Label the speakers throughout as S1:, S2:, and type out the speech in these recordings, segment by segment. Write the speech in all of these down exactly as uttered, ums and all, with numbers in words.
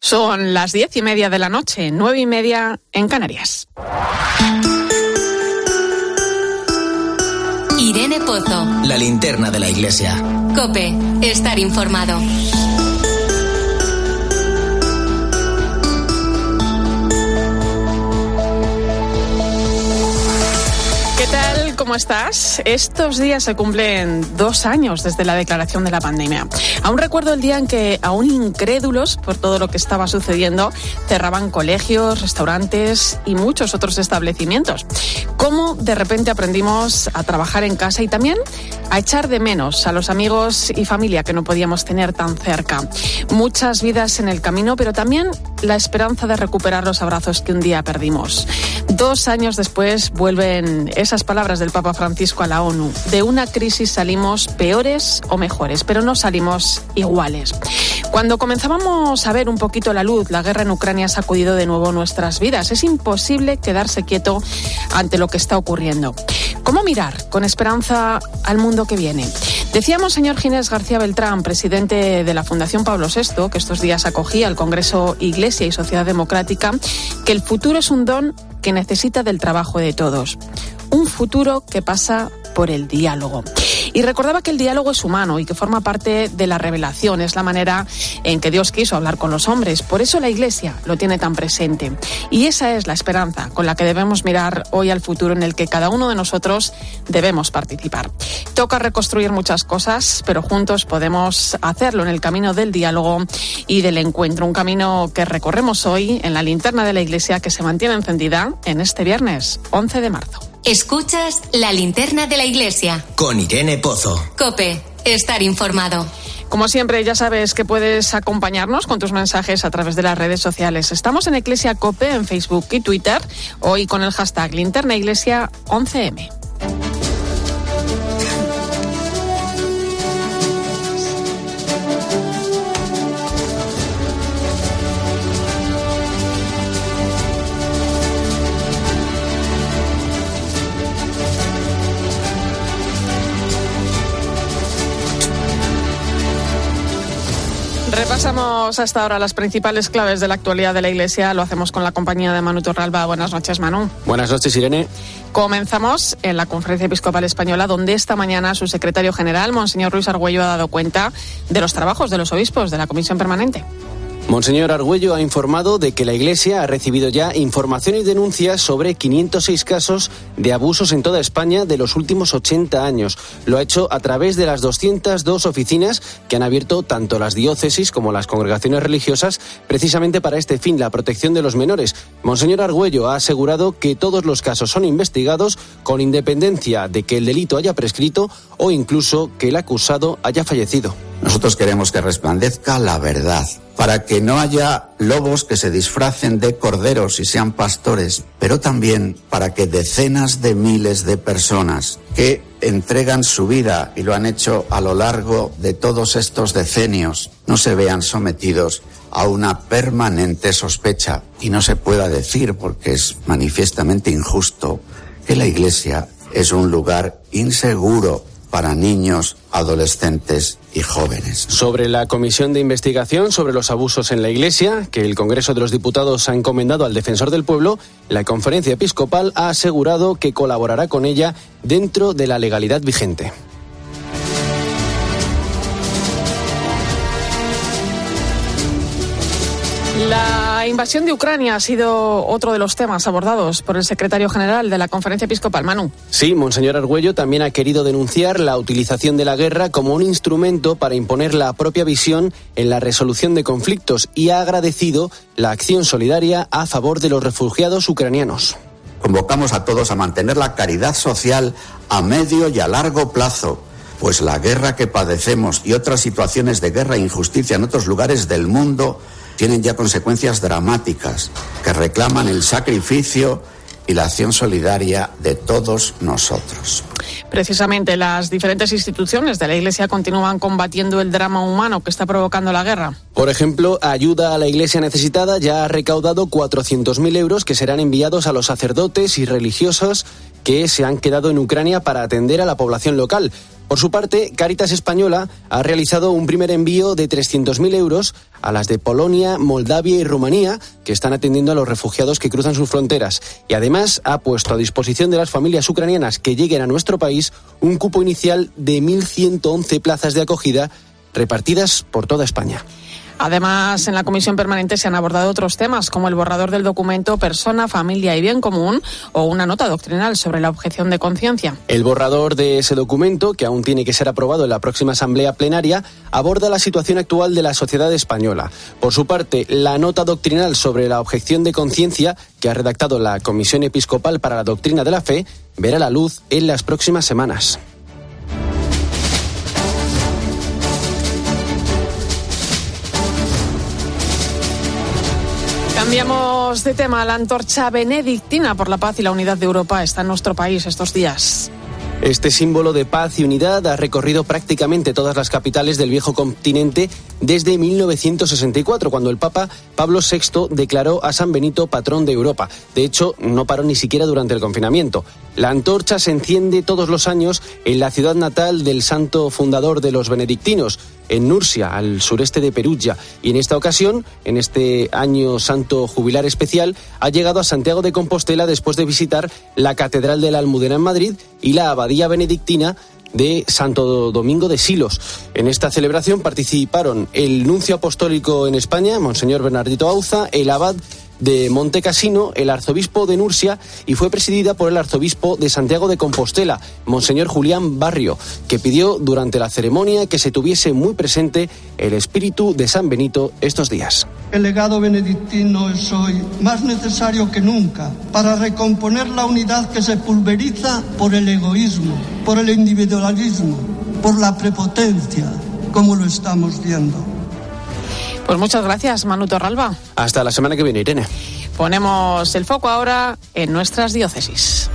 S1: Son las diez y media de la noche, nueve y media en Canarias.
S2: Irene Pozo.
S3: La linterna de la iglesia.
S2: COPE. Estar informado.
S1: ¿Qué tal? ¿Cómo estás? Estos días se cumplen dos años desde la declaración de la pandemia. Aún recuerdo el día en que, aún incrédulos por todo lo que estaba sucediendo, cerraban colegios, restaurantes y muchos otros establecimientos. Cómo de repente aprendimos a trabajar en casa y también a echar de menos a los amigos y familia que no podíamos tener tan cerca. Muchas vidas en el camino, pero también la esperanza de recuperar los abrazos que un día perdimos. Dos años después vuelven esas palabras del Papa Francisco a la ONU. De una crisis salimos peores o mejores, pero no salimos iguales. Cuando comenzábamos a ver un poquito la luz, la guerra en Ucrania ha sacudido de nuevo nuestras vidas. Es imposible quedarse quieto ante lo que está ocurriendo. ¿Cómo mirar con esperanza al mundo que viene? Decía Monseñor Ginés García Beltrán, presidente de la Fundación Pablo sexto, que estos días acogía el Congreso Iglesia y Sociedad Democrática, que el futuro es un don que necesita del trabajo de todos. Un futuro que pasa por el diálogo. Y recordaba que el diálogo es humano y que forma parte de la revelación, es la manera en que Dios quiso hablar con los hombres. Por eso la Iglesia lo tiene tan presente. Y esa es la esperanza con la que debemos mirar hoy al futuro en el que cada uno de nosotros debemos participar. Toca reconstruir muchas cosas, pero juntos podemos hacerlo en el camino del diálogo y del encuentro. Un camino que recorremos hoy en la linterna de la Iglesia, que se mantiene encendida en este viernes once de marzo.
S2: Escuchas la linterna de la iglesia.
S3: Con Irene Pozo.
S2: COPE. Estar informado.
S1: Como siempre, ya sabes que puedes acompañarnos con tus mensajes a través de las redes sociales. Estamos en Iglesia COPE en Facebook y Twitter, hoy con el hashtag linterna iglesia once eme. Repasamos hasta ahora las principales claves de la actualidad de la Iglesia. Lo hacemos con la compañía de Manu Torralba. Buenas noches, Manu.
S4: Buenas noches, Irene.
S1: Comenzamos en la Conferencia Episcopal Española, donde esta mañana su secretario general, Monseñor Luis Argüello, ha dado cuenta de los trabajos de los obispos de la Comisión Permanente.
S4: Monseñor Argüello ha informado de que la Iglesia ha recibido ya información y denuncias sobre quinientos seis casos de abusos en toda España de los últimos ochenta años. Lo ha hecho a través de las doscientas dos oficinas que han abierto tanto las diócesis como las congregaciones religiosas precisamente para este fin, la protección de los menores. Monseñor Argüello ha asegurado que todos los casos son investigados con independencia de que el delito haya prescrito o incluso que el acusado haya fallecido.
S5: Nosotros queremos que resplandezca la verdad, para que no haya lobos que se disfracen de corderos y sean pastores, pero también para que decenas de miles de personas que entregan su vida y lo han hecho a lo largo de todos estos decenios no se vean sometidos a una permanente sospecha y no se pueda decir, porque es manifiestamente injusto, que la Iglesia es un lugar inseguro para niños, adolescentes y jóvenes.
S4: Sobre la comisión de investigación sobre los abusos en la Iglesia, que el Congreso de los Diputados ha encomendado al Defensor del Pueblo, la Conferencia Episcopal ha asegurado que colaborará con ella dentro de la legalidad vigente.
S1: La invasión de Ucrania ha sido otro de los temas abordados por el secretario general de la Conferencia Episcopal, Manu.
S4: Sí, Monseñor Argüello también ha querido denunciar la utilización de la guerra como un instrumento para imponer la propia visión en la resolución de conflictos y ha agradecido la acción solidaria a favor de los refugiados ucranianos.
S5: Convocamos a todos a mantener la caridad social a medio y a largo plazo, pues la guerra que padecemos y otras situaciones de guerra e injusticia en otros lugares del mundo tienen ya consecuencias dramáticas que reclaman el sacrificio y la acción solidaria de todos nosotros.
S1: Precisamente las diferentes instituciones de la Iglesia continúan combatiendo el drama humano que está provocando la guerra.
S4: Por ejemplo, Ayuda a la Iglesia Necesitada ya ha recaudado cuatrocientos mil euros que serán enviados a los sacerdotes y religiosos que se han quedado en Ucrania para atender a la población local. Por su parte, Cáritas Española ha realizado un primer envío de trescientos mil euros a las de Polonia, Moldavia y Rumanía, que están atendiendo a los refugiados que cruzan sus fronteras. Y además ha puesto a disposición de las familias ucranianas que lleguen a nuestro país un cupo inicial de mil ciento once plazas de acogida repartidas por toda España.
S1: Además, en la comisión permanente se han abordado otros temas, como el borrador del documento Persona, Familia y Bien Común o una nota doctrinal sobre la objeción de conciencia.
S4: El borrador de ese documento, que aún tiene que ser aprobado en la próxima asamblea plenaria, aborda la situación actual de la sociedad española. Por su parte, la nota doctrinal sobre la objeción de conciencia, que ha redactado la Comisión Episcopal para la Doctrina de la Fe, verá la luz en las próximas semanas.
S1: Cambiamos de tema. La antorcha benedictina por la paz y la unidad de Europa está en nuestro país estos días.
S4: Este símbolo de paz y unidad ha recorrido prácticamente todas las capitales del viejo continente desde mil novecientos sesenta y cuatro, cuando el Papa Pablo sexto declaró a San Benito patrón de Europa. De hecho, no paró ni siquiera durante el confinamiento. La antorcha se enciende todos los años en la ciudad natal del santo fundador de los benedictinos, en Nursia, al sureste de Perugia, y en esta ocasión, en este año santo jubilar especial, ha llegado a Santiago de Compostela después de visitar la Catedral de la Almudena en Madrid y la Abadía Benedictina de Santo Domingo de Silos. En esta celebración participaron el nuncio apostólico en España, Monseñor Bernardito Auza, el abad de Monte Cassino, el arzobispo de Nursia, y fue presidida por el arzobispo de Santiago de Compostela, Monseñor Julián Barrio, que pidió durante la ceremonia que se tuviese muy presente el espíritu de San Benito estos días.
S6: El legado benedictino es hoy más necesario que nunca para recomponer la unidad que se pulveriza por el egoísmo, por el individualismo, por la prepotencia, como lo estamos viendo.
S1: Pues muchas gracias, Manu Torralba.
S4: Hasta la semana que viene, Irene.
S1: Ponemos el foco ahora en nuestras diócesis.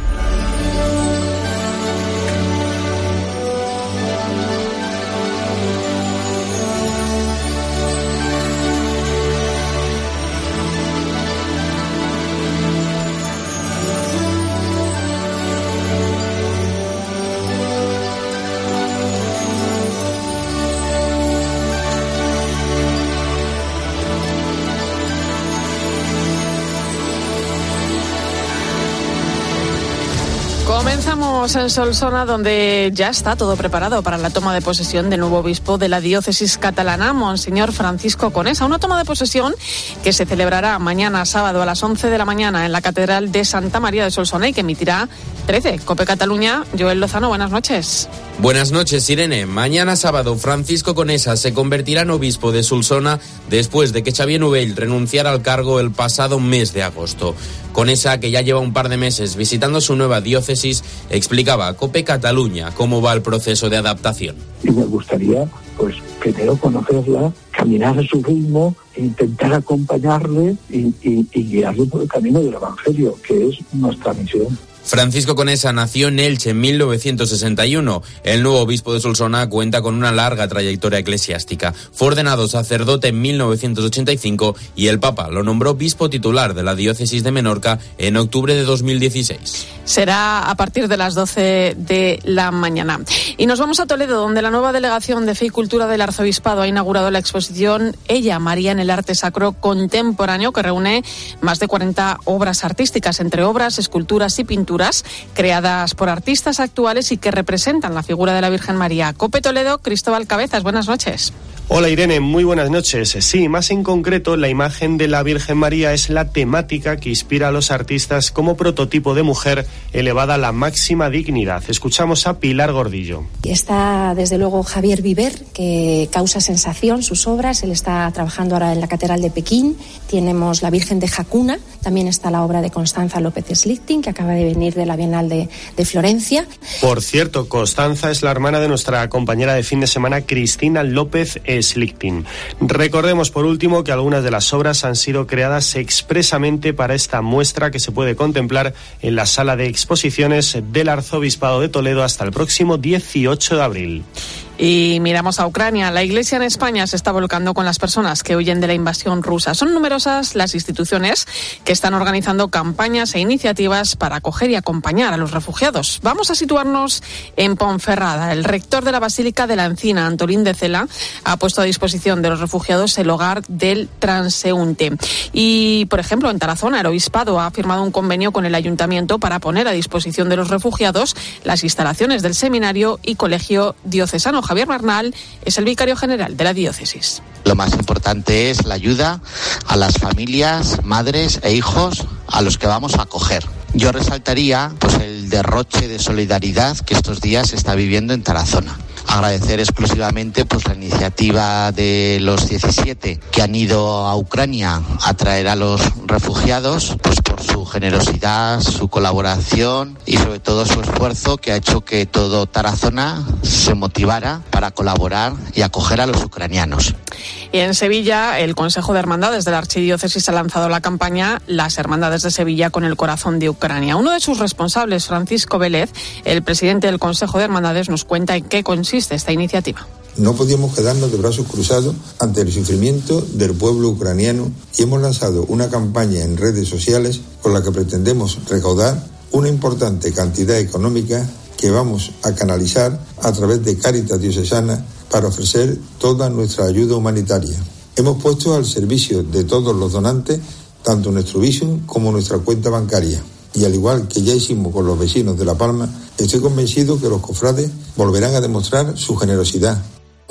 S1: Comenzamos en Solsona, donde ya está todo preparado para la toma de posesión del nuevo obispo de la diócesis catalana, Monseñor Francisco Conesa. Una toma de posesión que se celebrará mañana sábado a las once de la mañana en la Catedral de Santa María de Solsona y que emitirá trece. COPE Cataluña. Joel Lozano, buenas noches.
S7: Buenas noches, Irene. Mañana sábado, Francisco Conesa se convertirá en obispo de Solsona después de que Xavier Novell renunciara al cargo el pasado mes de agosto. Conesa, que ya lleva un par de meses visitando su nueva diócesis, explicaba a COPE Cataluña cómo va el proceso de adaptación.
S8: Y me gustaría, pues, primero conocerla, caminar a su ritmo, intentar acompañarle y, y, y guiarle por el camino del Evangelio, que es nuestra misión.
S7: Francisco Conesa nació en Elche en mil novecientos sesenta y uno. El nuevo obispo de Solsona cuenta con una larga trayectoria eclesiástica. Fue ordenado sacerdote en mil novecientos ochenta y cinco y el Papa lo nombró obispo titular de la diócesis de Menorca en octubre de dos mil dieciséis.
S1: Será a partir de las doce de la mañana. Y nos vamos a Toledo, donde la nueva delegación de Fe y Cultura del Arzobispado ha inaugurado la exposición Ella, María en el arte sacro contemporáneo, que reúne más de cuarenta obras artísticas, entre obras, esculturas y pinturas creadas por artistas actuales y que representan la figura de la Virgen María. COPE Toledo, Cristóbal Cabezas, buenas noches.
S9: Hola Irene, muy buenas noches. Sí, más en concreto, la imagen de la Virgen María es la temática que inspira a los artistas como prototipo de mujer elevada a la máxima dignidad. Escuchamos a Pilar Gordillo.
S10: Está desde luego Javier Viver, que causa sensación sus obras. Él está trabajando ahora en la Catedral de Pekín. Tenemos la Virgen de Jacuna, también está la obra de Constanza López Slichting, que acaba de venir de la Bienal de, de Florencia.
S9: Por cierto, Constanza es la hermana de nuestra compañera de fin de semana, Cristina López Slichting. Recordemos por último que algunas de las obras han sido creadas expresamente para esta muestra que se puede contemplar en la sala de exposiciones del Arzobispado de Toledo hasta el próximo dieciocho de abril.
S1: Y miramos a Ucrania. La Iglesia en España se está volcando con las personas que huyen de la invasión rusa. Son numerosas las instituciones que están organizando campañas e iniciativas para acoger y acompañar a los refugiados. Vamos a situarnos en Ponferrada. El rector de la Basílica de la Encina, Antolín de Cela, ha puesto a disposición de los refugiados el hogar del transeúnte. Y, por ejemplo, en Tarazona, el obispado ha firmado un convenio con el ayuntamiento para poner a disposición de los refugiados las instalaciones del seminario y colegio diocesano. Javier Bernal es el vicario general de la diócesis.
S11: Lo más importante es la ayuda a las familias, madres e hijos a los que vamos a acoger. Yo resaltaría pues el derroche de solidaridad que estos días se está viviendo en Tarazona. Agradecer exclusivamente pues la iniciativa de los diecisiete que han ido a Ucrania a traer a los refugiados, pues por su generosidad, su colaboración y sobre todo su esfuerzo que ha hecho que todo Tarazona se motivara para colaborar y acoger a los ucranianos.
S1: Y en Sevilla, el Consejo de Hermandades de la Archidiócesis ha lanzado la campaña Las Hermandades de Sevilla con el corazón de Ucrania. Uno de sus responsables, Francisco Vélez, el presidente del Consejo de Hermandades, nos cuenta en qué consiste esta iniciativa.
S12: No podíamos quedarnos de brazos cruzados ante el sufrimiento del pueblo ucraniano y hemos lanzado una campaña en redes sociales con la que pretendemos recaudar una importante cantidad económica que vamos a canalizar a través de Cáritas Diocesana para ofrecer toda nuestra ayuda humanitaria. Hemos puesto al servicio de todos los donantes tanto nuestro Bizum como nuestra cuenta bancaria. Y al igual que ya hicimos con los vecinos de La Palma, estoy convencido que los cofrades volverán a demostrar su generosidad.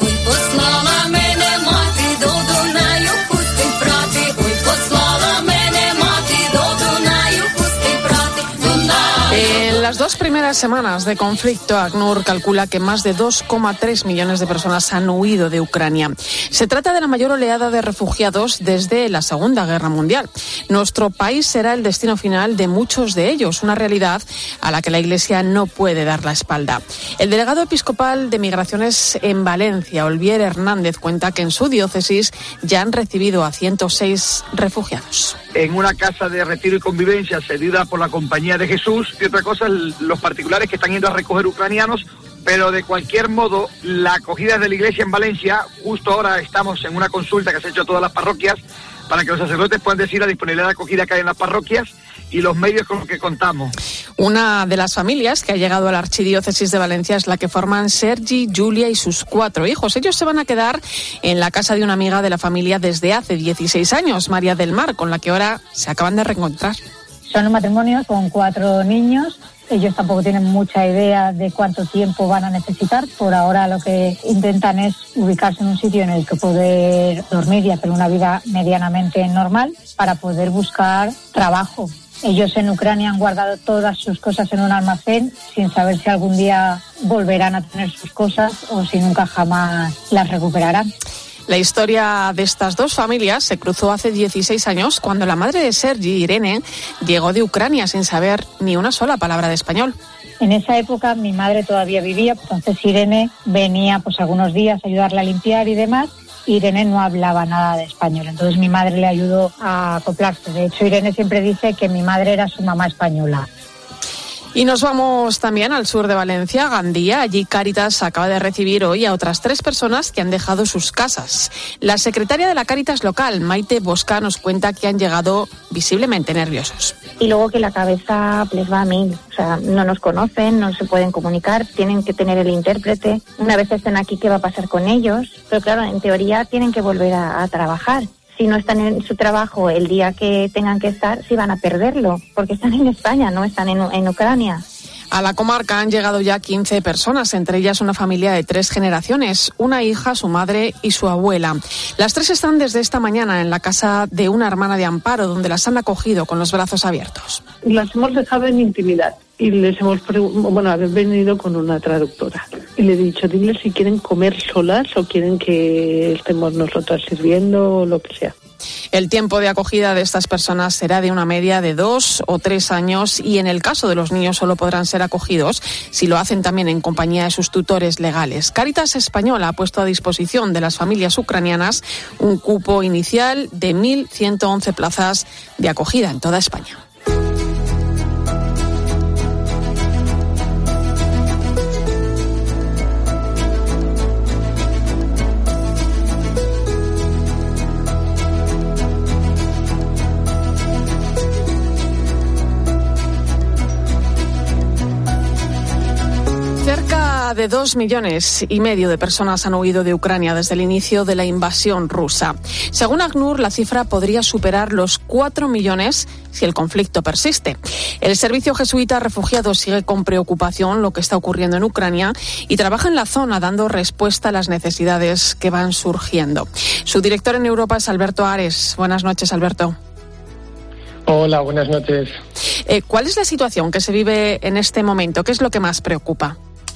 S1: En las dos primeras semanas de conflicto, ACNUR calcula que más de dos coma tres millones de personas han huido de Ucrania. Se trata de la mayor oleada de refugiados desde la Segunda Guerra Mundial. Nuestro país será el destino final de muchos de ellos, una realidad a la que la Iglesia no puede dar la espalda. El delegado episcopal de Migraciones en Valencia, Olivier Hernández, cuenta que en su diócesis ya han recibido a ciento seis refugiados.
S13: En una casa de retiro y convivencia cedida por la Compañía de Jesús, y otra cosa los particulares que están yendo a recoger ucranianos, pero de cualquier modo la acogida de la Iglesia en Valencia, justo ahora estamos en una consulta que se ha hecho a todas las parroquias para que los sacerdotes puedan decir la disponibilidad de acogida que hay en las parroquias y los medios con los que contamos.
S1: Una de las familias que ha llegado a la Archidiócesis de Valencia es la que forman Sergi, Julia y sus cuatro hijos. Ellos se van a quedar en la casa de una amiga de la familia desde hace dieciséis años, María del Mar, con la que ahora se acaban de reencontrar.
S14: Son un matrimonio con cuatro niños. Ellos tampoco tienen mucha idea de cuánto tiempo van a necesitar. Por ahora lo que intentan es ubicarse en un sitio en el que poder dormir y hacer una vida medianamente normal para poder buscar trabajo. Ellos en Ucrania han guardado todas sus cosas en un almacén sin saber si algún día volverán a tener sus cosas o si nunca jamás las recuperarán.
S1: La historia de estas dos familias se cruzó hace dieciséis años cuando la madre de Sergi, Irene, llegó de Ucrania sin saber ni una sola palabra de español.
S14: En esa época mi madre todavía vivía, entonces Irene venía pues algunos días a ayudarle a limpiar y demás. Irene no hablaba nada de español, entonces mi madre le ayudó a acoplarse. De hecho, Irene siempre dice que mi madre era su mamá española.
S1: Y nos vamos también al sur de Valencia, Gandía. Allí Cáritas acaba de recibir hoy a otras tres personas que han dejado sus casas. La secretaria de la Cáritas local, Maite Bosca, nos cuenta que han llegado visiblemente nerviosos.
S15: Y luego que la cabeza les va a mil. O sea, no nos conocen, no se pueden comunicar, tienen que tener el intérprete. Una vez estén aquí, ¿qué va a pasar con ellos? Pero claro, en teoría tienen que volver a, a trabajar. Si no están en su trabajo el día que tengan que estar, sí van a perderlo, porque están en España, no están en, en Ucrania.
S1: A la comarca han llegado ya quince personas, entre ellas una familia de tres generaciones, una hija, su madre y su abuela. Las tres están desde esta mañana en la casa de una hermana de Amparo, donde las han acogido con los brazos abiertos.
S16: Las hemos dejado en intimidad y les hemos preguntado, bueno, haber venido con una traductora. Y le he dicho, dile si quieren comer solas o quieren que estemos nosotras sirviendo o lo que sea.
S1: El tiempo de acogida de estas personas será de una media de dos o tres años y en el caso de los niños solo podrán ser acogidos si lo hacen también en compañía de sus tutores legales. Cáritas Española ha puesto a disposición de las familias ucranianas un cupo inicial de mil ciento once plazas de acogida en toda España. de dos millones y medio de personas han huido de Ucrania desde el inicio de la invasión rusa. Según ACNUR, la cifra podría superar los cuatro millones si el conflicto persiste. El Servicio Jesuita de Refugiados sigue con preocupación lo que está ocurriendo en Ucrania y trabaja en la zona dando respuesta a las necesidades que van surgiendo. Su director en Europa es Alberto Ares. Buenas noches, Alberto.
S17: Hola, buenas noches.
S1: Eh, ¿Cuál es la situación que se vive en este momento? ¿Qué es lo que más preocupa?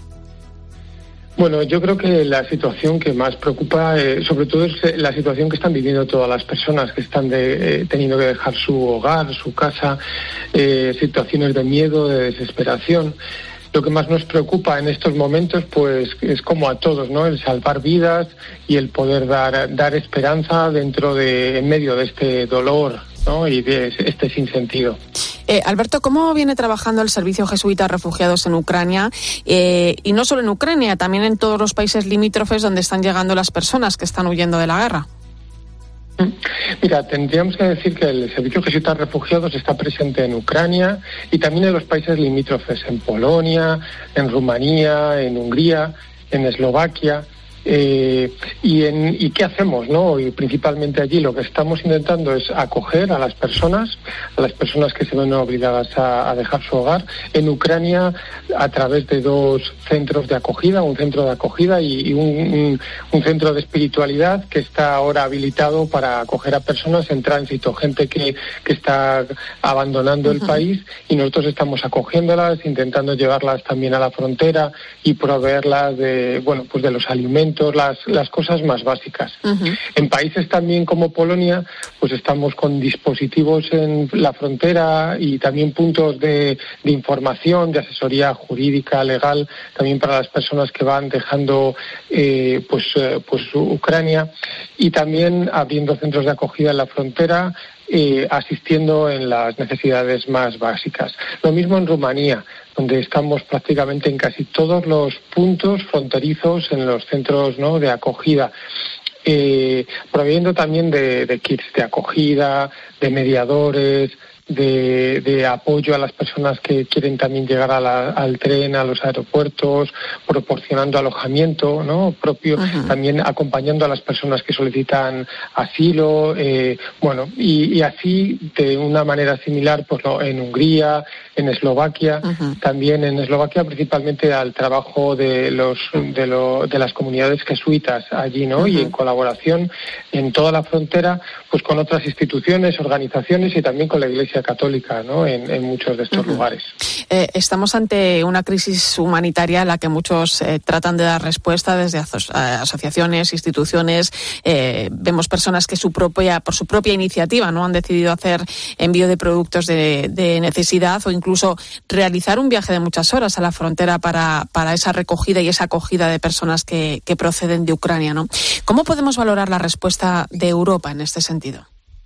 S17: Bueno, yo creo que la situación que más preocupa, eh, sobre todo, es eh, la situación que están viviendo todas las personas que están de, eh, teniendo que dejar su hogar, su casa, eh, situaciones de miedo, de desesperación. Lo que más nos preocupa en estos momentos, pues, es como a todos, ¿no? El salvar vidas y el poder dar dar esperanza dentro de, en medio de este dolor, ¿no? Y de este sinsentido.
S1: Eh, Alberto, ¿cómo viene trabajando el Servicio Jesuita de Refugiados en Ucrania? Eh, y no solo en Ucrania, también en todos los países limítrofes donde están llegando las personas que están huyendo de la guerra.
S17: Mira, tendríamos que decir que el Servicio Jesuita de Refugiados está presente en Ucrania y también en los países limítrofes, en Polonia, en Rumanía, en Hungría, en Eslovaquia. Eh, y, en, ¿Y qué hacemos, no? Y principalmente allí lo que estamos intentando es acoger a las personas, a las personas que se ven obligadas a, a dejar su hogar. En Ucrania, a través de dos centros de acogida, un centro de acogida y, y un, un, un centro de espiritualidad que está ahora habilitado para acoger a personas en tránsito, gente que, que está abandonando uh-huh. el país, y nosotros estamos acogiéndolas, intentando llevarlas también a la frontera y proveerlas de, bueno, pues de los alimentos, Las, las cosas más básicas. Uh-huh. En países también como Polonia, pues estamos con dispositivos en la frontera y también puntos de, de información, de asesoría jurídica, legal, también para las personas que van dejando eh, pues, eh, pues Ucrania, y también abriendo centros de acogida en la frontera, Eh, asistiendo en las necesidades más básicas. Lo mismo en Rumanía, donde estamos prácticamente en casi todos los puntos fronterizos, en los centros, ¿no?, de acogida, eh, proveyendo también de, de kits de acogida, de mediadores, De, de apoyo a las personas que quieren también llegar a la, al tren, a los aeropuertos, proporcionando alojamiento, ¿no?, propio, uh-huh. también acompañando a las personas que solicitan asilo, eh, bueno, y, y así de una manera similar, pues no, en Hungría, en Eslovaquia, uh-huh. también en Eslovaquia principalmente al trabajo de los de, lo, de las comunidades jesuitas allí, ¿no? Uh-huh. Y en colaboración en toda la frontera, pues con otras instituciones, organizaciones y también con la Iglesia Católica, ¿no?, en, en muchos de estos uh-huh. lugares.
S1: Eh, estamos ante una crisis humanitaria a la que muchos eh, tratan de dar respuesta desde aso- asociaciones, instituciones. Eh, vemos personas que su propia, por su propia iniciativa, no han decidido hacer envío de productos de, de necesidad o incluso realizar un viaje de muchas horas a la frontera para, para esa recogida y esa acogida de personas que, que proceden de Ucrania, ¿no? ¿Cómo podemos valorar la respuesta de Europa en este sentido?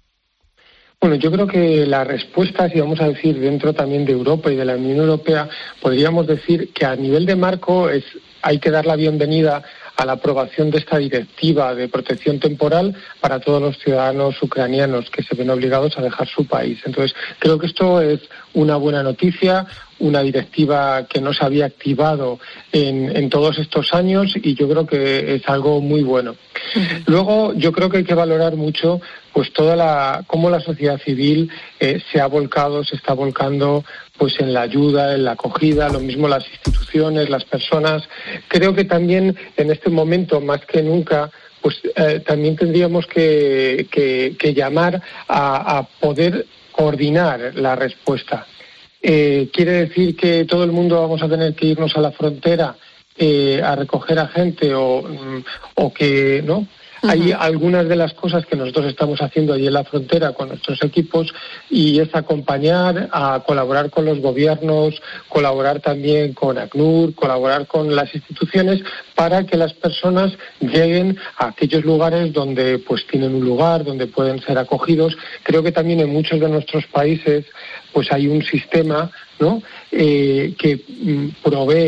S17: Bueno, yo creo que la respuesta, si vamos a decir dentro también de Europa y de la Unión Europea, podríamos decir que a nivel de marco es hay que dar la bienvenida a la aprobación de esta directiva de protección temporal para todos los ciudadanos ucranianos que se ven obligados a dejar su país. Entonces, creo que esto es una buena noticia, una directiva que no se había activado en, en todos estos años, y yo creo que es algo muy bueno. Uh-huh. Luego, yo creo que hay que valorar mucho pues toda la cómo la sociedad civil eh, se ha volcado, se está volcando pues en la ayuda, en la acogida, lo mismo las instituciones, las personas. Creo que también en este momento, más que nunca, pues eh, también tendríamos que, que, que llamar a, a poder coordinar la respuesta. Eh, ¿Quiere decir que todo el mundo vamos a tener que irnos a la frontera eh, a recoger a gente o, o que no? Uh-huh. Hay algunas de las cosas que nosotros estamos haciendo allí en la frontera con nuestros equipos, y es acompañar, a colaborar con los gobiernos, colaborar también con ACNUR, colaborar con las instituciones para que las personas lleguen a aquellos lugares donde pues tienen un lugar, donde pueden ser acogidos. Creo que también en muchos de nuestros países pues hay un sistema, ¿no?, eh, que mm, provee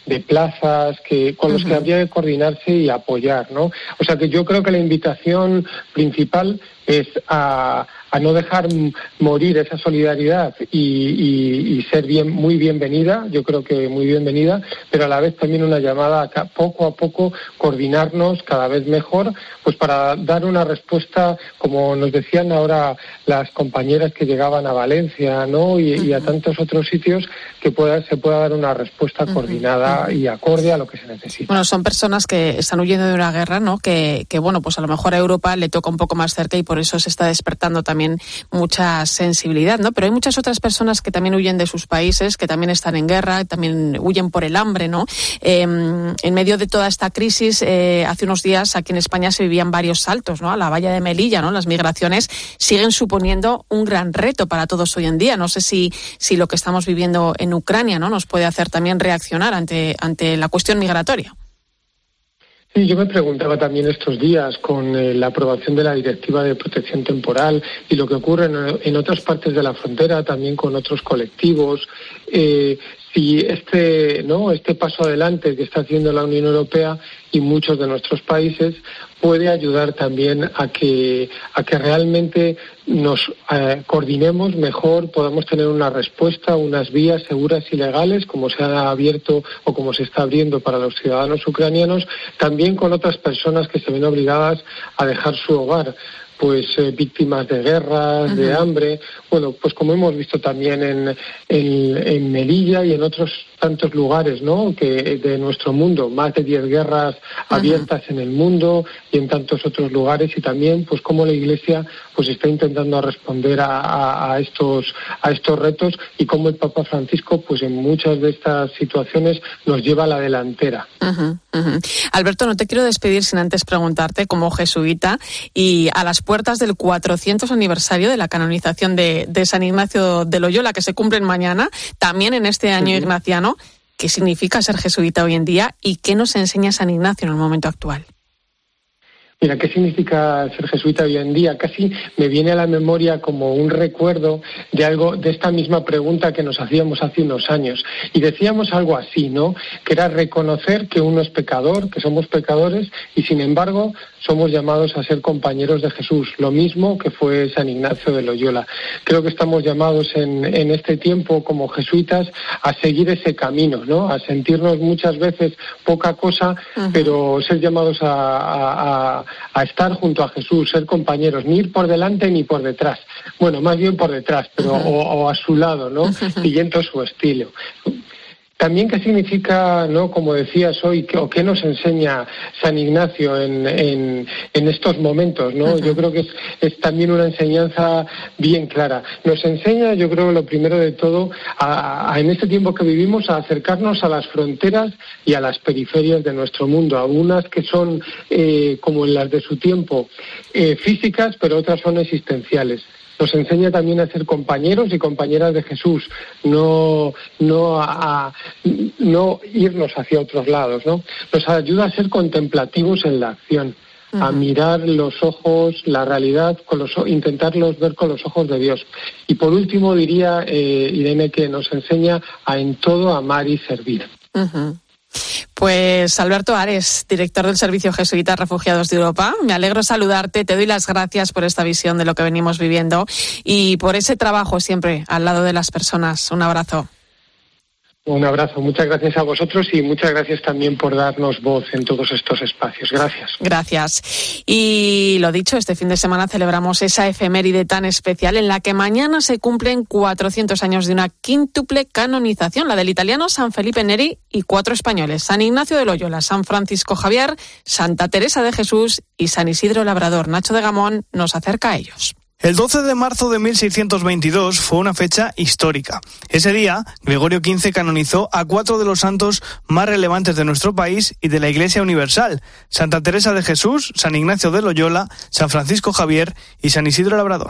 S17: de plazas, que con los uh-huh. que habría que coordinarse y apoyar, ¿no? O sea que yo creo que la invitación principal es a, a no dejar morir esa solidaridad y, y, y ser bien, muy bienvenida, yo creo que muy bienvenida, pero a la vez también una llamada a poco a poco coordinarnos cada vez mejor, pues para dar una respuesta, como nos decían ahora las compañeras que llegaban a Valencia, ¿no? Y, uh-huh. y a tantos otros sitios, que pueda, se pueda dar una respuesta uh-huh. coordinada uh-huh. y acorde a lo que se necesita.
S1: Bueno, son personas que están huyendo de una guerra, ¿no? Que, que bueno, pues a lo mejor a Europa le toca un poco más cerca y por eso se está despertando también mucha sensibilidad, ¿no? Pero hay muchas otras personas que también huyen de sus países, que también están en guerra, también huyen por el hambre, ¿no? Eh, en medio de toda esta crisis, eh, hace unos días aquí en España se vivían varios saltos, ¿no? A la valla de Melilla, ¿no? Las migraciones siguen suponiendo un gran reto para todos hoy en día. No sé si, si lo que estamos viviendo en Ucrania, ¿no? Nos puede hacer también reaccionar ante, ante la cuestión migratoria.
S17: Sí, yo me preguntaba también estos días con eh, la aprobación de la Directiva de Protección Temporal y lo que ocurre en, en otras partes de la frontera, también con otros colectivos, eh, si este, ¿no? este paso adelante que está haciendo la Unión Europea y muchos de nuestros países puede ayudar también a que, a que realmente nos eh, coordinemos mejor, podamos tener una respuesta, unas vías seguras y legales, como se ha abierto o como se está abriendo para los ciudadanos ucranianos, también con otras personas que se ven obligadas a dejar su hogar, pues eh, víctimas de guerras, uh-huh. de hambre, bueno, pues como hemos visto también en, en, en Melilla y en otros tantos lugares, ¿no?, que de nuestro mundo, más de diez guerras uh-huh. abiertas en el mundo y en tantos otros lugares, y también pues como la Iglesia pues está intentando responder a, a, a estos a estos retos, y como el Papa Francisco pues en muchas de estas situaciones nos lleva a la delantera.
S1: Uh-huh, uh-huh. Alberto, no te quiero despedir sin antes preguntarte, como jesuita y a las puertas del cuatrocientos aniversario de la canonización de, de San Ignacio de Loyola, que se cumplen mañana, también en este año uh-huh. ignaciano, ¿qué significa ser jesuita hoy en día y qué nos enseña San Ignacio en el momento actual?
S17: Mira, ¿qué significa ser jesuita hoy en día? Casi me viene a la memoria como un recuerdo de algo, de esta misma pregunta que nos hacíamos hace unos años. Y decíamos algo así, ¿no? Que era reconocer que uno es pecador, que somos pecadores, y sin embargo somos llamados a ser compañeros de Jesús, lo mismo que fue San Ignacio de Loyola. Creo que estamos llamados en, en este tiempo como jesuitas a seguir ese camino, ¿no? A sentirnos muchas veces poca cosa, uh-huh. pero ser llamados a, a, a a estar junto a Jesús, ser compañeros, ni ir por delante ni por detrás. Bueno, más bien por detrás, pero uh-huh. o, o a su lado, ¿no? Siguiendo su estilo. También, ¿qué significa, no, como decías hoy, o qué nos enseña San Ignacio en, en, en estos momentos, ¿no? Uh-huh. Yo creo que es, es también una enseñanza bien clara. Nos enseña, yo creo, lo primero de todo, a, a, en este tiempo que vivimos, a acercarnos a las fronteras y a las periferias de nuestro mundo, a unas que son, eh, como en las de su tiempo, eh, físicas, pero otras son existenciales. Nos enseña también a ser compañeros y compañeras de Jesús, no, no, a, no irnos hacia otros lados, ¿no? Nos ayuda a ser contemplativos en la acción, uh-huh. a mirar los ojos, la realidad, con los, intentarlos ver con los ojos de Dios. Y por último diría, eh, Irene, que nos enseña a en todo amar y servir.
S1: Uh-huh. Pues Alberto Ares, director del Servicio Jesuita Refugiados de Europa, me alegro saludarte, te doy las gracias por esta visión de lo que venimos viviendo y por ese trabajo siempre al lado de las personas. Un abrazo.
S17: Un abrazo, muchas gracias a vosotros y muchas gracias también por darnos voz en todos estos espacios. Gracias.
S1: Gracias. Y lo dicho, este fin de semana celebramos esa efeméride tan especial en la que mañana se cumplen cuatrocientos años de una quíntuple canonización, la del italiano San Felipe Neri y cuatro españoles, San Ignacio de Loyola, San Francisco Javier, Santa Teresa de Jesús y San Isidro Labrador. Nacho de Gamón nos acerca a ellos.
S18: El doce de marzo de mil seiscientos veintidós fue una fecha histórica. Ese día, Gregorio quince canonizó a cuatro de los santos más relevantes de nuestro país y de la Iglesia Universal: Santa Teresa de Jesús, San Ignacio de Loyola, San Francisco Javier y San Isidro Labrador.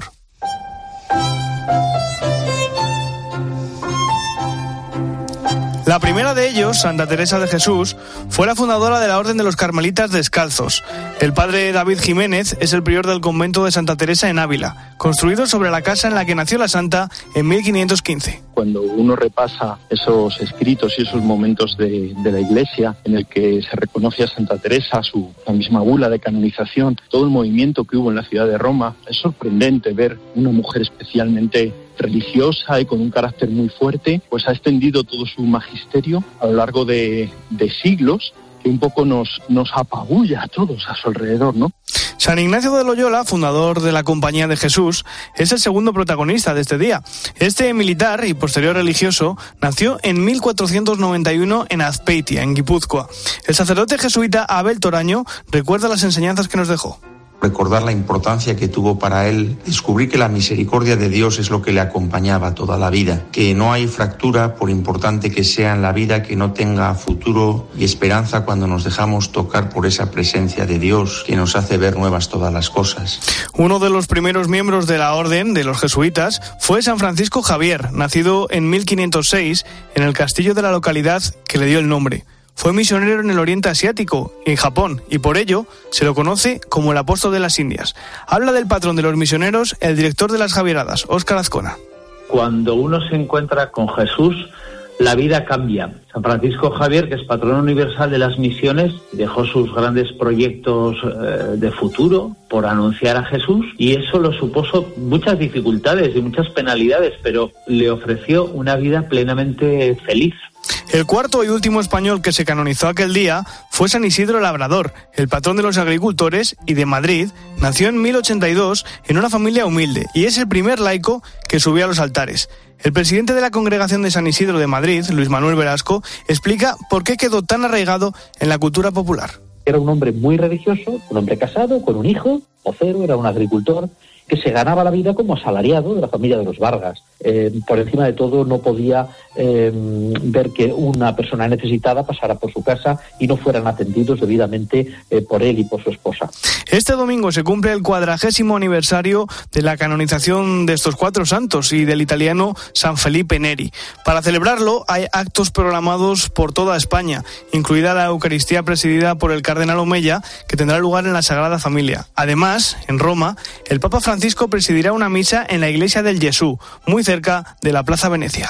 S18: La primera de ellos, Santa Teresa de Jesús, fue la fundadora de la Orden de los Carmelitas Descalzos. El padre David Jiménez es el prior del convento de Santa Teresa en Ávila, construido sobre la casa en la que nació la santa en mil quinientos quince.
S19: Cuando uno repasa esos escritos y esos momentos de, de la Iglesia en el que se reconoce a Santa Teresa, su, la misma bula de canonización, todo el movimiento que hubo en la ciudad de Roma, es sorprendente ver una mujer especialmente religiosa y con un carácter muy fuerte, pues ha extendido todo su magisterio a lo largo de, de siglos, que un poco nos, nos apabulla a todos a su alrededor, ¿no?
S18: San Ignacio de Loyola, fundador de la Compañía de Jesús, es el segundo protagonista de este día. Este militar y posterior religioso nació en mil cuatrocientos noventa y uno en Azpeitia, en Guipúzcoa. El sacerdote jesuita Abel Toraño recuerda las enseñanzas que nos dejó.
S20: Recordar la importancia que tuvo para él descubrir que la misericordia de Dios es lo que le acompañaba toda la vida, que no hay fractura, por importante que sea en la vida, que no tenga futuro y esperanza cuando nos dejamos tocar por esa presencia de Dios que nos hace ver nuevas todas las cosas.
S18: Uno de los primeros miembros de la orden de los jesuitas fue San Francisco Javier, nacido en mil quinientos seis en el castillo de la localidad que le dio el nombre. Fue misionero en el Oriente Asiático y en Japón, y por ello se lo conoce como el apóstol de las Indias. Habla del patrón de los misioneros el director de las Javieradas, Óscar Azcona.
S21: Cuando uno se encuentra con Jesús, la vida cambia. San Francisco Javier, que es patrón universal de las misiones, dejó sus grandes proyectos eh, de futuro por anunciar a Jesús, y eso lo supuso muchas dificultades y muchas penalidades, pero le ofreció una vida plenamente feliz.
S18: El cuarto y último español que se canonizó aquel día fue San Isidro Labrador, el patrón de los agricultores y de Madrid. Nació en mil ochenta y dos en una familia humilde y es el primer laico que subió a los altares. El presidente de la Congregación de San Isidro de Madrid, Luis Manuel Velasco, explica por qué quedó tan arraigado en la cultura popular.
S22: Era un hombre muy religioso, un hombre casado, con un hijo, vocero, era un agricultor, que se ganaba la vida como asalariado de la familia de los Vargas. Eh, por encima de todo, no podía eh, ver que una persona necesitada pasara por su casa y no fueran atendidos debidamente eh, por él y por su esposa.
S18: Este domingo se cumple el cuadragésimo aniversario de la canonización de estos cuatro santos y del italiano San Felipe Neri. Para celebrarlo hay actos programados por toda España, incluida la Eucaristía presidida por el cardenal Omeya, que tendrá lugar en la Sagrada Familia. Además, en Roma, el Papa Francisco presidirá una misa en la iglesia del Gesù, muy cerca de la Plaza Venecia.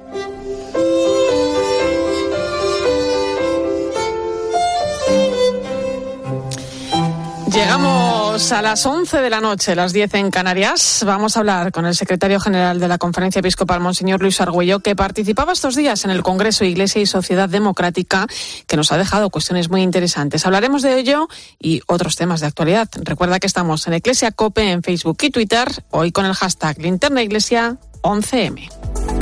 S1: Llegamos a las once de la noche, las diez en Canarias. Vamos a hablar con el secretario general de la Conferencia Episcopal, Monseñor Luis Argüello, que participaba estos días en el Congreso Iglesia y Sociedad Democrática, que nos ha dejado cuestiones muy interesantes. Hablaremos de ello y otros temas de actualidad. Recuerda que estamos en Iglesia COPE en Facebook y Twitter, hoy con el hashtag Linterna Iglesia once eme.